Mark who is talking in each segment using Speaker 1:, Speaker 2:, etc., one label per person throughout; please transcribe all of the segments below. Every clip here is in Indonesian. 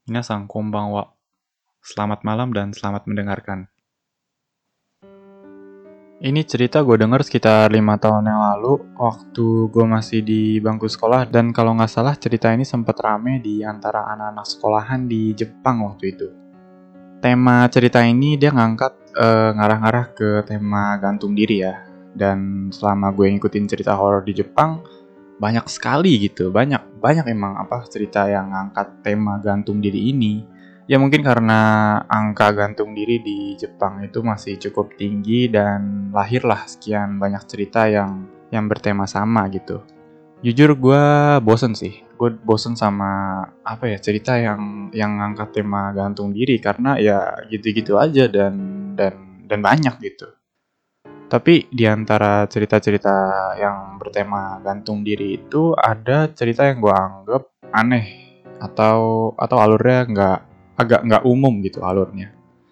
Speaker 1: Minasan konbanwa. Selamat malam dan selamat mendengarkan. Ini cerita gue denger sekitar 5 tahun yang lalu waktu gue masih di bangku sekolah, dan kalau nggak salah cerita ini sempat rame di antara anak-anak sekolahan di Jepang waktu itu. Tema cerita ini dia ngangkat ngarah-ngarah ke tema gantung diri ya. Dan selama gue ngikutin cerita horor di Jepang, banyak sekali gitu, banyak emang cerita yang ngangkat tema gantung diri ini. Ya mungkin karena angka gantung diri di Jepang itu masih cukup tinggi dan lahirlah sekian banyak cerita yang bertema sama gitu. Jujur gue bosen sih, gue bosen sama cerita yang ngangkat tema gantung diri karena ya gitu-gitu aja dan banyak gitu. Tapi di antara cerita-cerita yang bertema gantung diri itu ada cerita yang gue anggap aneh atau alurnya agak nggak umum gitu alurnya.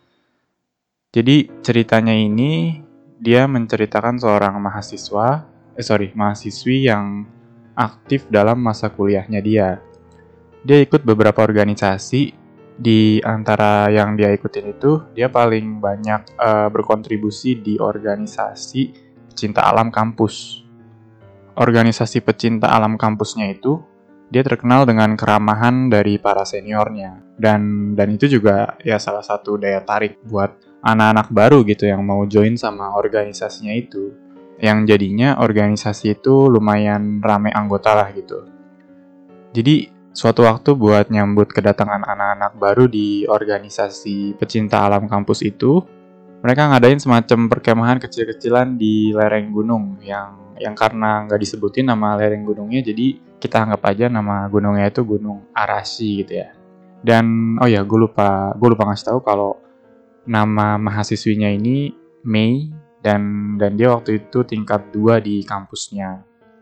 Speaker 1: Jadi ceritanya ini dia menceritakan seorang mahasiswi yang aktif dalam masa kuliahnya dia. Dia ikut beberapa organisasi. Di antara yang dia ikutin itu, dia paling banyak berkontribusi di organisasi pecinta alam kampus. Organisasi pecinta alam kampusnya itu, dia terkenal dengan keramahan dari para seniornya. Dan itu juga ya salah satu daya tarik buat anak-anak baru gitu yang mau join sama organisasinya itu. Yang jadinya organisasi itu lumayan rame anggota lah gitu. Jadi suatu waktu buat nyambut kedatangan anak-anak baru di organisasi pecinta alam kampus itu, mereka ngadain semacam perkemahan kecil-kecilan di lereng gunung yang karena nggak disebutin nama lereng gunungnya, jadi kita anggap aja nama gunungnya itu Gunung Arashi gitu ya. Dan oh ya, gue lupa ngasih tahu kalau nama mahasiswinya ini Mei, dan dia waktu itu tingkat 2 di kampusnya.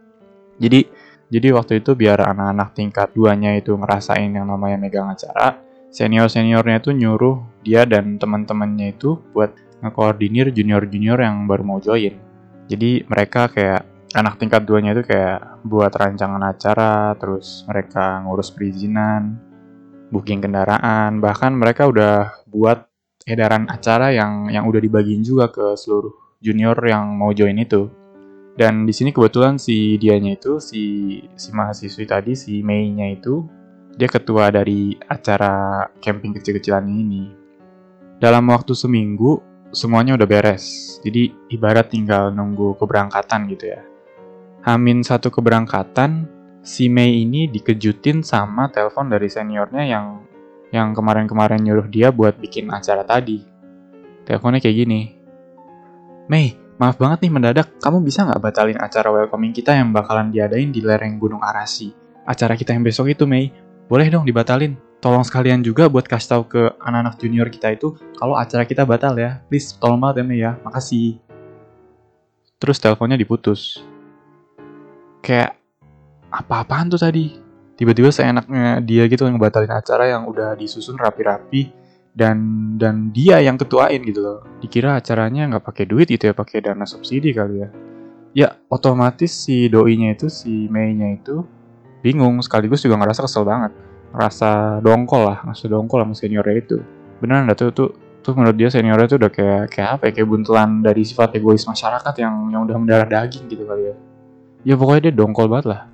Speaker 1: Jadi waktu itu biar anak-anak tingkat 2-nya itu ngerasain yang namanya megang acara, senior-seniornya itu nyuruh dia dan teman-temannya itu buat ngekoordinir junior-junior yang baru mau join. Jadi mereka kayak anak tingkat 2-nya itu kayak buat rancangan acara, terus mereka ngurus perizinan, booking kendaraan, bahkan mereka udah buat edaran acara yang udah dibagiin juga ke seluruh junior yang mau join itu. Dan di sini kebetulan si dianya itu, si mahasiswi tadi, si Mei-nya itu, dia ketua dari acara camping kecil-kecilan ini. Dalam waktu seminggu, semuanya udah beres. Jadi ibarat tinggal nunggu keberangkatan gitu ya. Hamin satu keberangkatan, si Mei ini dikejutin sama telepon dari seniornya yang kemarin-kemarin nyuruh dia buat bikin acara tadi. Teleponnya kayak gini. Mei, maaf banget nih mendadak, kamu bisa nggak batalin acara welcoming kita yang bakalan diadain di lereng Gunung Arashi? Acara kita yang besok itu, Mei. Boleh dong dibatalin. Tolong sekalian juga buat kasih tahu ke anak-anak junior kita itu kalau acara kita batal ya. Please, tolong banget ya, Mei ya. Makasih. Terus teleponnya diputus. Kayak apa-apaan tuh tadi? Tiba-tiba seenaknya dia gitu ngebatalin acara yang udah disusun rapi-rapi dan dia yang ketuain gitu loh. Dikira acaranya nggak pakai duit gitu ya, pakai dana subsidi kali ya. Ya otomatis si doinya itu, si Mei-nya itu bingung, sekaligus juga ngerasa kesel banget, ngerasa dongkol sama seniornya itu. Beneran dah tuh menurut dia seniornya tuh udah kayak buntelan dari sifat egois masyarakat yang udah mendarah daging gitu kali ya. Ya pokoknya dia dongkol banget lah.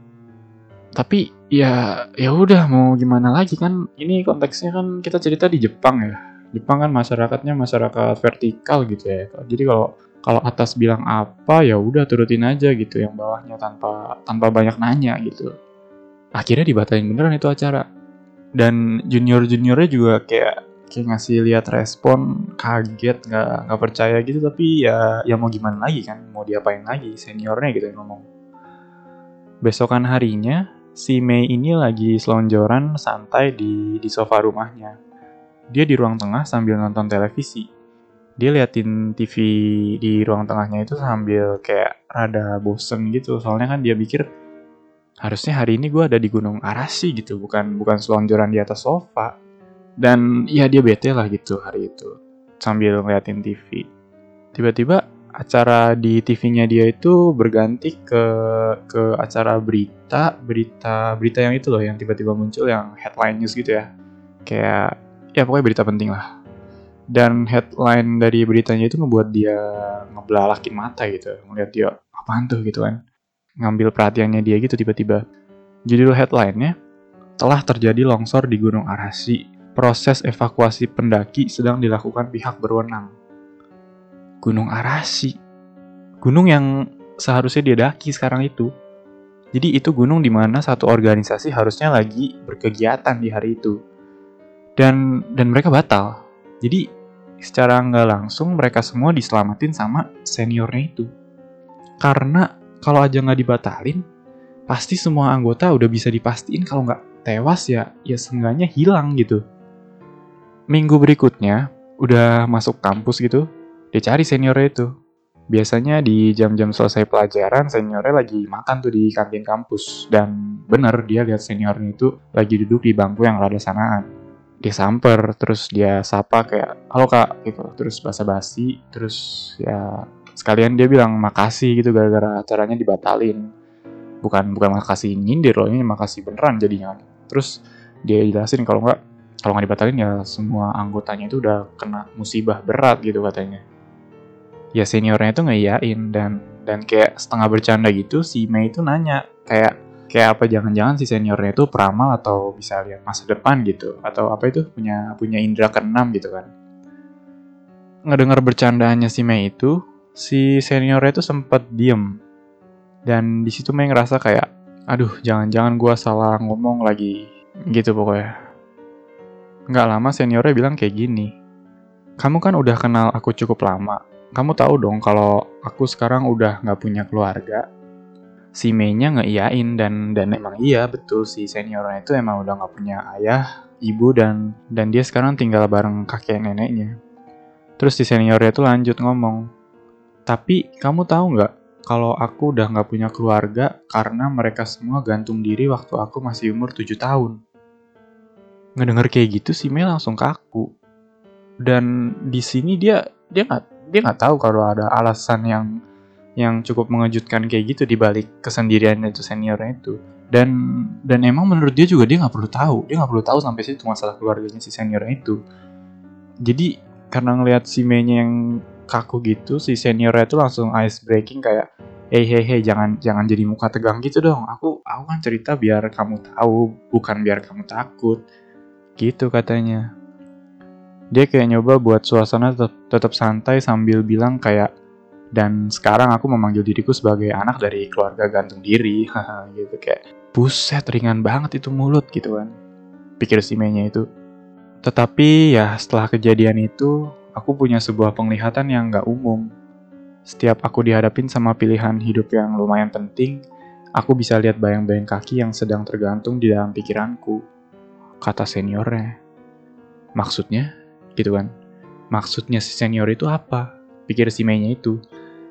Speaker 1: Tapi ya udah mau gimana lagi kan, ini konteksnya kan kita cerita di Jepang ya. Jepang kan masyarakatnya masyarakat vertikal gitu ya. Jadi kalau atas bilang apa ya udah turutin aja gitu yang bawahnya tanpa banyak nanya gitu. Akhirnya dibatalin beneran itu acara. Dan junior-juniornya juga kayak ngasih lihat respon kaget, nggak percaya gitu, tapi ya mau gimana lagi kan, mau diapain lagi, seniornya gitu yang ngomong. Besokan harinya, si Mei ini lagi selonjoran santai di sofa rumahnya. Dia di ruang tengah sambil nonton televisi. Dia liatin TV di ruang tengahnya itu sambil kayak rada bosen gitu. Soalnya kan dia pikir, harusnya hari ini gue ada di Gunung Arashi gitu, bukan selonjoran di atas sofa. Dan ya dia bete lah gitu hari itu, sambil ngeliatin TV. Tiba-tiba acara di TV-nya dia itu berganti ke acara berita yang itu loh, yang tiba-tiba muncul yang headline news gitu ya. Kayak, ya pokoknya berita penting lah. Dan headline dari beritanya itu ngebuat dia ngebelalakin mata gitu. Ngeliat dia, apaan tuh gitu kan. Ngambil perhatiannya dia gitu tiba-tiba. Judul headline-nya, telah terjadi longsor di Gunung Arasi. Proses evakuasi pendaki sedang dilakukan pihak berwenang. Gunung Arasi. Gunung yang seharusnya dia daki sekarang itu. Jadi itu gunung di mana satu organisasi harusnya lagi berkegiatan di hari itu. Dan mereka batal. Jadi secara nggak langsung mereka semua diselamatin sama seniornya itu. Karena kalau aja nggak dibatalin, pasti semua anggota udah bisa dipastiin kalau nggak tewas ya seenggaknya hilang gitu. Minggu berikutnya, udah masuk kampus gitu, dia cari seniornya itu. Biasanya di jam-jam selesai pelajaran, seniornya lagi makan tuh di kantin kampus. Dan bener, dia lihat seniornya itu lagi duduk di bangku yang rada sanaan. Dia samper, terus dia sapa kayak, halo kak, gitu. Terus basa-basi, terus ya sekalian dia bilang makasih gitu gara-gara acaranya dibatalin. Bukan makasih nyindir loh, ini makasih beneran jadinya. Terus dia jelasin kalau nggak dibatalin ya semua anggotanya itu udah kena musibah berat gitu katanya. Ya seniornya itu ngeiyain dan kayak setengah bercanda gitu si Mei itu nanya kayak apa jangan-jangan si seniornya itu peramal atau bisa lihat masa depan gitu atau apa itu punya indera keenam gitu kan. Ngedengar bercandaannya si Mei itu, si seniornya itu sempat diem. Dan di situ Mei ngerasa kayak aduh jangan-jangan gue salah ngomong lagi gitu pokoknya. Nggak lama seniornya bilang kayak gini, kamu kan udah kenal aku cukup lama. Kamu tahu dong kalau aku sekarang udah nggak punya keluarga. Si Mei-nya ngeiyain dan emang iya betul si seniornya itu emang udah nggak punya ayah, ibu dan dia sekarang tinggal bareng kakek neneknya. Terus si seniornya itu lanjut ngomong, tapi kamu tahu nggak kalau aku udah nggak punya keluarga karena mereka semua gantung diri waktu aku masih umur 7 tahun. Ngedenger kayak gitu si Mei langsung kaku. Dan di sini dia nggak tahu kalau ada alasan yang cukup mengejutkan kayak gitu di balik kesendiriannya itu seniornya itu. Dan emang menurut dia juga dia nggak perlu tahu sampai situ masalah keluarganya si seniornya itu. Jadi karena ngelihat si Mei-nya yang kaku gitu, si seniornya itu langsung ice breaking kayak hey jangan jadi muka tegang gitu dong. Aku kan cerita biar kamu tahu, bukan biar kamu takut. Gitu katanya. Dia kayak nyoba buat suasana tetap santai sambil bilang kayak, dan sekarang aku memanggil diriku sebagai anak dari keluarga gantung diri, gitu kayak, buset ringan banget itu mulut gitu kan, pikir si Mei-nya itu. Tetapi ya setelah kejadian itu, aku punya sebuah penglihatan yang gak umum. Setiap aku dihadapin sama pilihan hidup yang lumayan penting, aku bisa lihat bayang-bayang kaki yang sedang tergantung di dalam pikiranku, kata seniornya. Maksudnya? Gitu kan. Maksudnya si senior itu apa? Pikir si Mei-nya itu.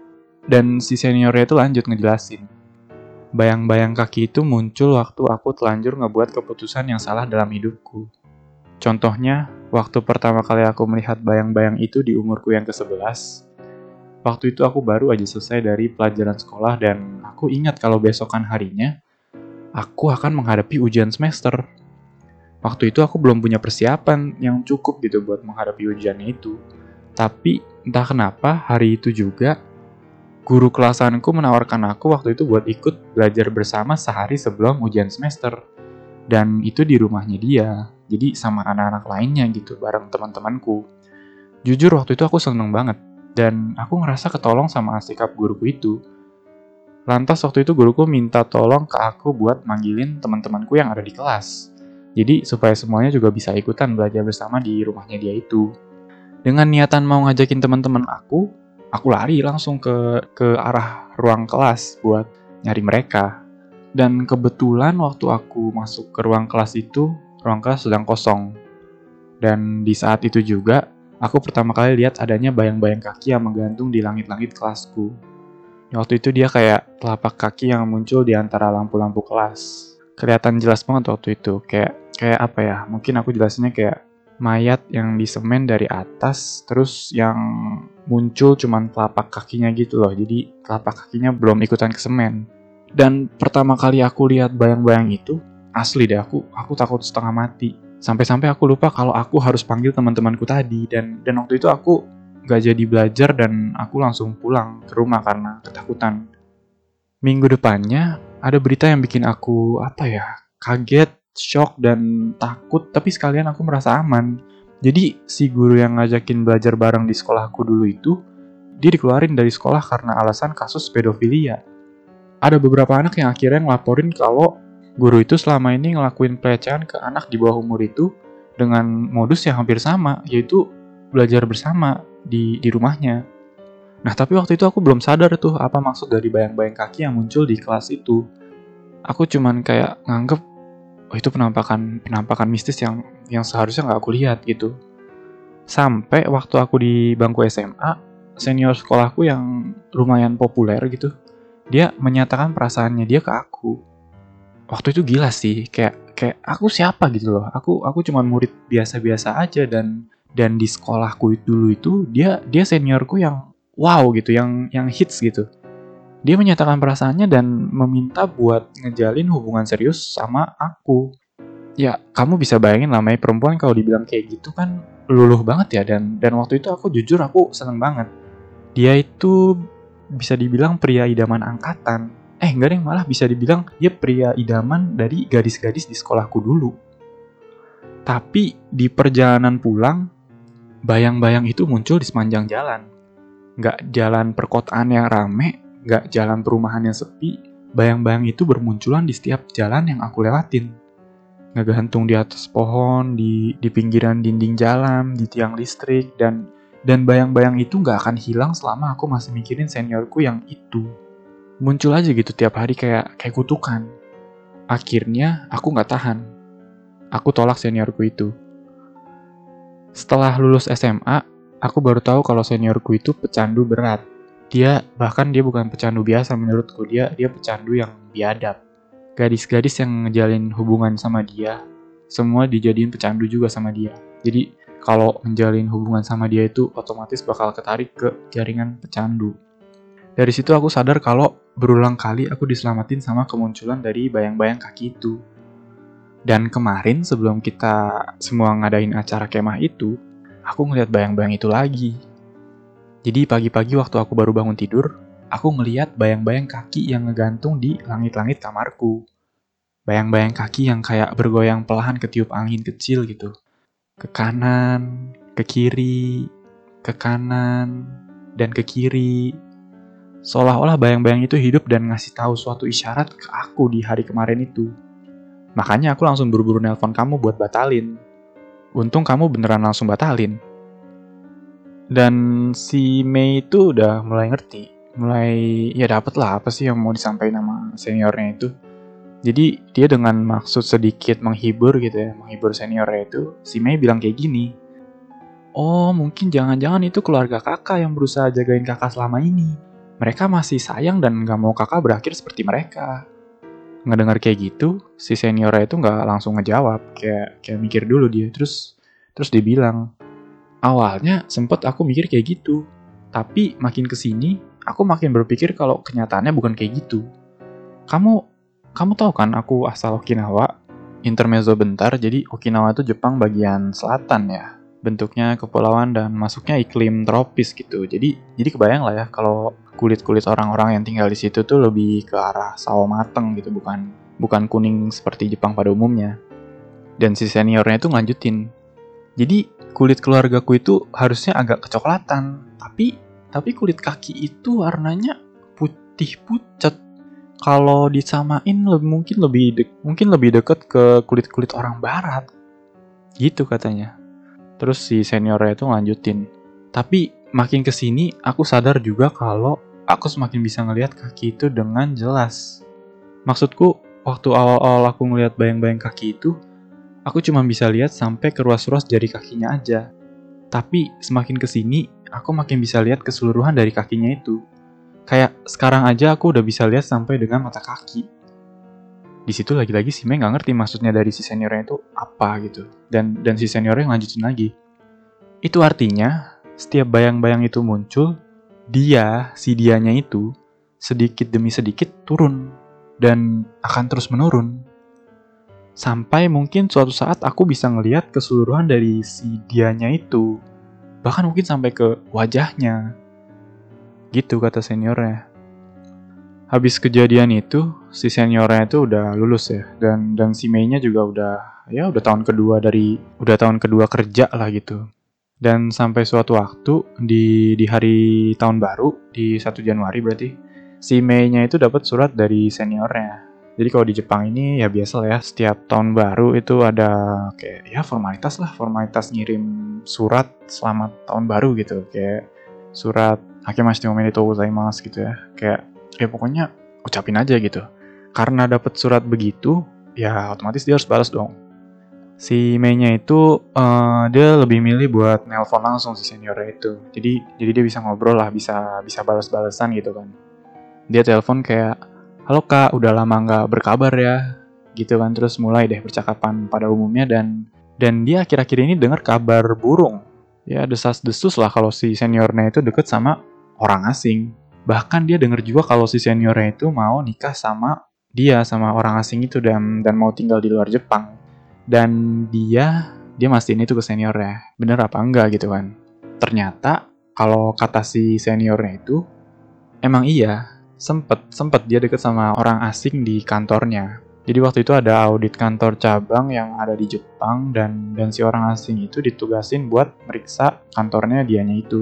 Speaker 1: Dan si seniornya itu lanjut ngejelasin. Bayang-bayang kaki itu muncul waktu aku telanjur ngebuat keputusan yang salah dalam hidupku. Contohnya, waktu pertama kali aku melihat bayang-bayang itu di umurku yang ke-11. Waktu itu aku baru aja selesai dari pelajaran sekolah dan aku ingat kalau besokan harinya, aku akan menghadapi ujian semester. Waktu itu aku belum punya persiapan yang cukup gitu buat menghadapi ujiannya itu. Tapi entah kenapa hari itu juga guru kelasanku menawarkan aku waktu itu buat ikut belajar bersama sehari sebelum ujian semester. Dan itu di rumahnya dia. Jadi sama anak-anak lainnya gitu bareng teman-temanku. Jujur waktu itu aku seneng banget. Dan aku ngerasa ketolong sama sikap guruku itu. Lantas waktu itu guruku minta tolong ke aku buat manggilin teman-temanku yang ada di kelas. Jadi supaya semuanya juga bisa ikutan belajar bersama di rumahnya dia itu. Dengan niatan mau ngajakin teman-teman aku lari langsung ke arah ruang kelas buat nyari mereka. Dan kebetulan waktu aku masuk ke ruang kelas itu, ruang kelas sedang kosong. Dan di saat itu juga, aku pertama kali lihat adanya bayang-bayang kaki yang menggantung di langit-langit kelasku. Waktu itu dia kayak telapak kaki yang muncul di antara lampu-lampu kelas. Kelihatan jelas banget waktu itu, kayak apa ya, mungkin aku jelasinnya kayak mayat yang disemen dari atas, terus yang muncul cuman telapak kakinya gitu loh, jadi telapak kakinya belum ikutan ke semen. Dan pertama kali aku lihat bayang-bayang itu, asli deh aku takut setengah mati. Sampai-sampai aku lupa kalau aku harus panggil teman-temanku tadi, dan waktu itu aku gak jadi belajar dan aku langsung pulang ke rumah karena ketakutan. Minggu depannya ada berita yang bikin aku kaget, shock dan takut, tapi sekalian aku merasa aman. Jadi si guru yang ngajakin belajar bareng di sekolahku dulu itu, dia dikeluarin dari sekolah karena alasan kasus pedofilia. Ada beberapa anak yang akhirnya ngelaporin kalau guru itu selama ini ngelakuin pelecehan ke anak di bawah umur itu dengan modus yang hampir sama, yaitu belajar bersama di rumahnya. Nah, tapi waktu itu aku belum sadar tuh apa maksud dari bayang-bayang kaki yang muncul di kelas itu. Aku cuman kayak nganggep, oh itu penampakan mistis yang seharusnya nggak aku lihat gitu. Sampai waktu aku di bangku SMA, senior sekolahku yang lumayan populer gitu, dia menyatakan perasaannya dia ke aku. Waktu itu gila sih, kayak aku siapa gitu loh. Aku cuma murid biasa-biasa aja, dan di sekolahku dulu itu dia seniorku yang wow gitu, yang hits gitu. Dia menyatakan perasaannya dan meminta buat ngejalin hubungan serius sama aku. Ya, kamu bisa bayangin namanya perempuan kalau dibilang kayak gitu kan luluh banget ya, dan waktu itu aku jujur aku seneng banget. Dia itu bisa dibilang pria idaman angkatan. Enggak deh, malah bisa dibilang dia pria idaman dari gadis-gadis di sekolahku dulu. Tapi di perjalanan pulang, bayang-bayang itu muncul di sepanjang jalan. Nggak jalan perkotaan yang rame, nggak jalan perumahan yang sepi, bayang-bayang itu bermunculan di setiap jalan yang aku lewatin. Ngegantung di atas pohon, di pinggiran dinding jalan, di tiang listrik, dan bayang-bayang itu nggak akan hilang selama aku masih mikirin seniorku yang itu. Muncul aja gitu tiap hari kayak kutukan. Akhirnya aku nggak tahan. Aku tolak seniorku itu. Setelah lulus SMA, aku baru tahu kalau seniorku itu pecandu berat. Dia bukan pecandu biasa menurutku, dia pecandu yang biadab. Gadis-gadis yang ngejalin hubungan sama dia, semua dijadiin pecandu juga sama dia. Jadi kalau menjalin hubungan sama dia itu otomatis bakal ketarik ke jaringan pecandu. Dari situ aku sadar kalau berulang kali aku diselamatin sama kemunculan dari bayang-bayang kaki itu. Dan kemarin sebelum kita semua ngadain acara kemah itu, aku ngeliat bayang-bayang itu lagi. Jadi pagi-pagi waktu aku baru bangun tidur, aku ngeliat bayang-bayang kaki yang ngegantung di langit-langit kamarku. Bayang-bayang kaki yang kayak bergoyang pelan ketiup angin kecil gitu. Ke kanan, ke kiri, ke kanan, dan ke kiri. Seolah-olah bayang-bayang itu hidup dan ngasih tahu suatu isyarat ke aku di hari kemarin itu. Makanya aku langsung buru-buru nelpon kamu buat batalin. Untung kamu beneran langsung batalin. Dan si Mei itu udah mulai ngerti. Ya dapet lah apa sih yang mau disampaikan sama seniornya itu. Jadi dia dengan maksud sedikit menghibur gitu ya, menghibur seniornya itu, si Mei bilang kayak gini. Oh, mungkin jangan-jangan itu keluarga kakak yang berusaha jagain kakak selama ini. Mereka masih sayang dan gak mau kakak berakhir seperti mereka. Ngedengar kayak gitu, si seniornya itu gak langsung ngejawab, kayak mikir dulu dia. Terus dia bilang, awalnya sempet aku mikir kayak gitu, tapi makin kesini, aku makin berpikir kalau kenyataannya bukan kayak gitu. Kamu tahu kan aku asal Okinawa, intermezzo bentar, jadi Okinawa itu Jepang bagian selatan ya. Bentuknya kepulauan dan masuknya iklim tropis gitu. Jadi kebayang lah ya kalau kulit-kulit orang-orang yang tinggal di situ tuh lebih ke arah sawo mateng gitu, bukan kuning seperti Jepang pada umumnya. Dan si seniornya itu ngelanjutin. Jadi kulit keluargaku itu harusnya agak kecoklatan, tapi kulit kaki itu warnanya putih pucat. Kalau disamain mungkin lebih deket ke kulit-kulit orang barat. Gitu katanya. Terus si seniornya itu ngelanjutin. Tapi makin kesini aku sadar juga kalau aku semakin bisa ngelihat kaki itu dengan jelas. Maksudku, waktu awal-awal aku ngelihat bayang-bayang kaki itu, aku cuma bisa lihat sampai ke ruas-ruas jari kakinya aja. Tapi semakin kesini, aku makin bisa lihat keseluruhan dari kakinya itu. Kayak sekarang aja aku udah bisa lihat sampai dengan mata kaki. Di situ lagi-lagi si Mei nggak ngerti maksudnya dari si seniornya itu apa gitu. Dan si seniornya lanjutin lagi. Itu artinya setiap bayang-bayang itu muncul, si dianya itu sedikit demi sedikit turun dan akan terus menurun. Sampai mungkin suatu saat aku bisa ngelihat keseluruhan dari si dianya itu. Bahkan mungkin sampai ke wajahnya. Gitu kata seniornya. Habis kejadian itu, si seniornya itu udah lulus ya. Dan si Mei-nya juga udah tahun kedua kerja lah gitu. Dan sampai suatu waktu di hari tahun baru, di 1 Januari berarti, si Mei-nya itu dapat surat dari seniornya. Jadi kalau di Jepang ini ya biasa lah ya, setiap tahun baru itu ada kayak ya formalitas ngirim surat selamat tahun baru gitu. Kayak surat Akemashite omedetou gozaimasu gitu ya. Kayak ya pokoknya ucapin aja gitu. Karena dapat surat begitu, ya otomatis dia harus balas dong. Si Mei-nya itu dia lebih milih buat nelpon langsung si seniornya itu. Jadi dia bisa ngobrol lah, bisa balas-balasan gitu kan. Dia telepon kayak, "Halo Kak, udah lama nggak berkabar ya." Gitu kan, terus mulai deh percakapan pada umumnya dan dia akhir-akhir ini dengar kabar burung. Ya desas-desus lah kalau si seniornya itu deket sama orang asing. Bahkan dia dengar juga kalau si seniornya itu mau nikah sama sama orang asing itu dan mau tinggal di luar Jepang. Dan dia mastiin itu ke seniornya, bener apa enggak gitu kan. Ternyata kalau kata si seniornya itu emang iya, sempet dia deket sama orang asing di kantornya. Jadi waktu itu ada audit kantor cabang yang ada di Jepang dan si orang asing itu ditugasin buat meriksa kantornya dianya itu.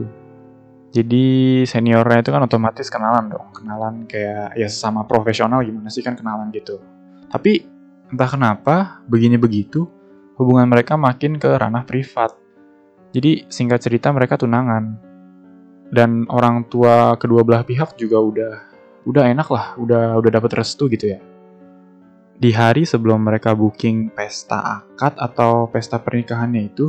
Speaker 1: Jadi seniornya itu kan otomatis kenalan kayak ya sesama profesional gimana sih kan kenalan gitu. Tapi entah kenapa begini begitu hubungan mereka makin ke ranah privat. Jadi singkat cerita mereka tunangan. Dan orang tua kedua belah pihak juga udah enak lah, udah dapat restu gitu ya. Di hari sebelum mereka booking pesta akad atau pesta pernikahannya itu,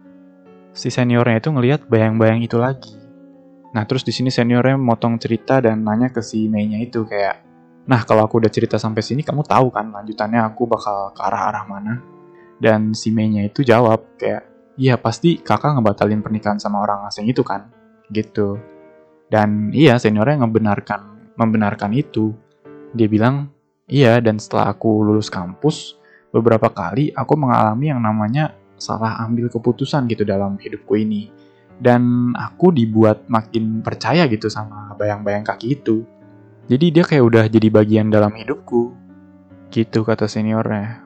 Speaker 1: si seniornya itu ngelihat bayang-bayang itu lagi. Nah, terus di sini seniornya motong cerita dan nanya ke si Mei-nya itu kayak, "Nah, kalau aku udah cerita sampai sini, kamu tahu kan lanjutannya aku bakal ke arah-arah mana?" Dan si Mei-nya itu jawab kayak, "Iya, pasti kakak ngebatalin pernikahan sama orang asing itu kan?" Gitu. Dan iya, seniornya membenarkan itu. Dia bilang, "Iya, dan setelah aku lulus kampus, beberapa kali aku mengalami yang namanya salah ambil keputusan gitu dalam hidupku ini. Dan aku dibuat makin percaya gitu sama bayang-bayang kaki itu. Jadi dia kayak udah jadi bagian dalam hidupku." Gitu kata seniornya.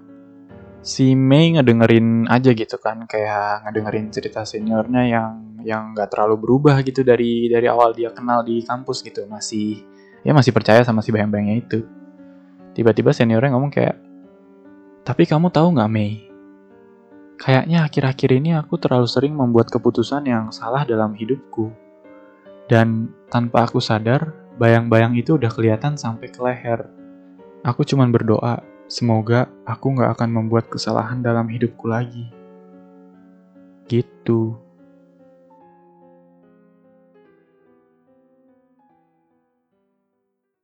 Speaker 1: Si Mei ngedengerin aja gitu kan, kayak ngedengerin cerita seniornya yang nggak terlalu berubah gitu dari awal dia kenal di kampus gitu, masih percaya sama si bayang-bayangnya itu. Tiba-tiba seniornya ngomong kayak, "Tapi kamu tahu nggak Mei? Kayaknya akhir-akhir ini aku terlalu sering membuat keputusan yang salah dalam hidupku. Dan tanpa aku sadar, bayang-bayang itu udah kelihatan sampai ke leher. Aku cuman berdoa, semoga aku nggak akan membuat kesalahan dalam hidupku lagi." Gitu.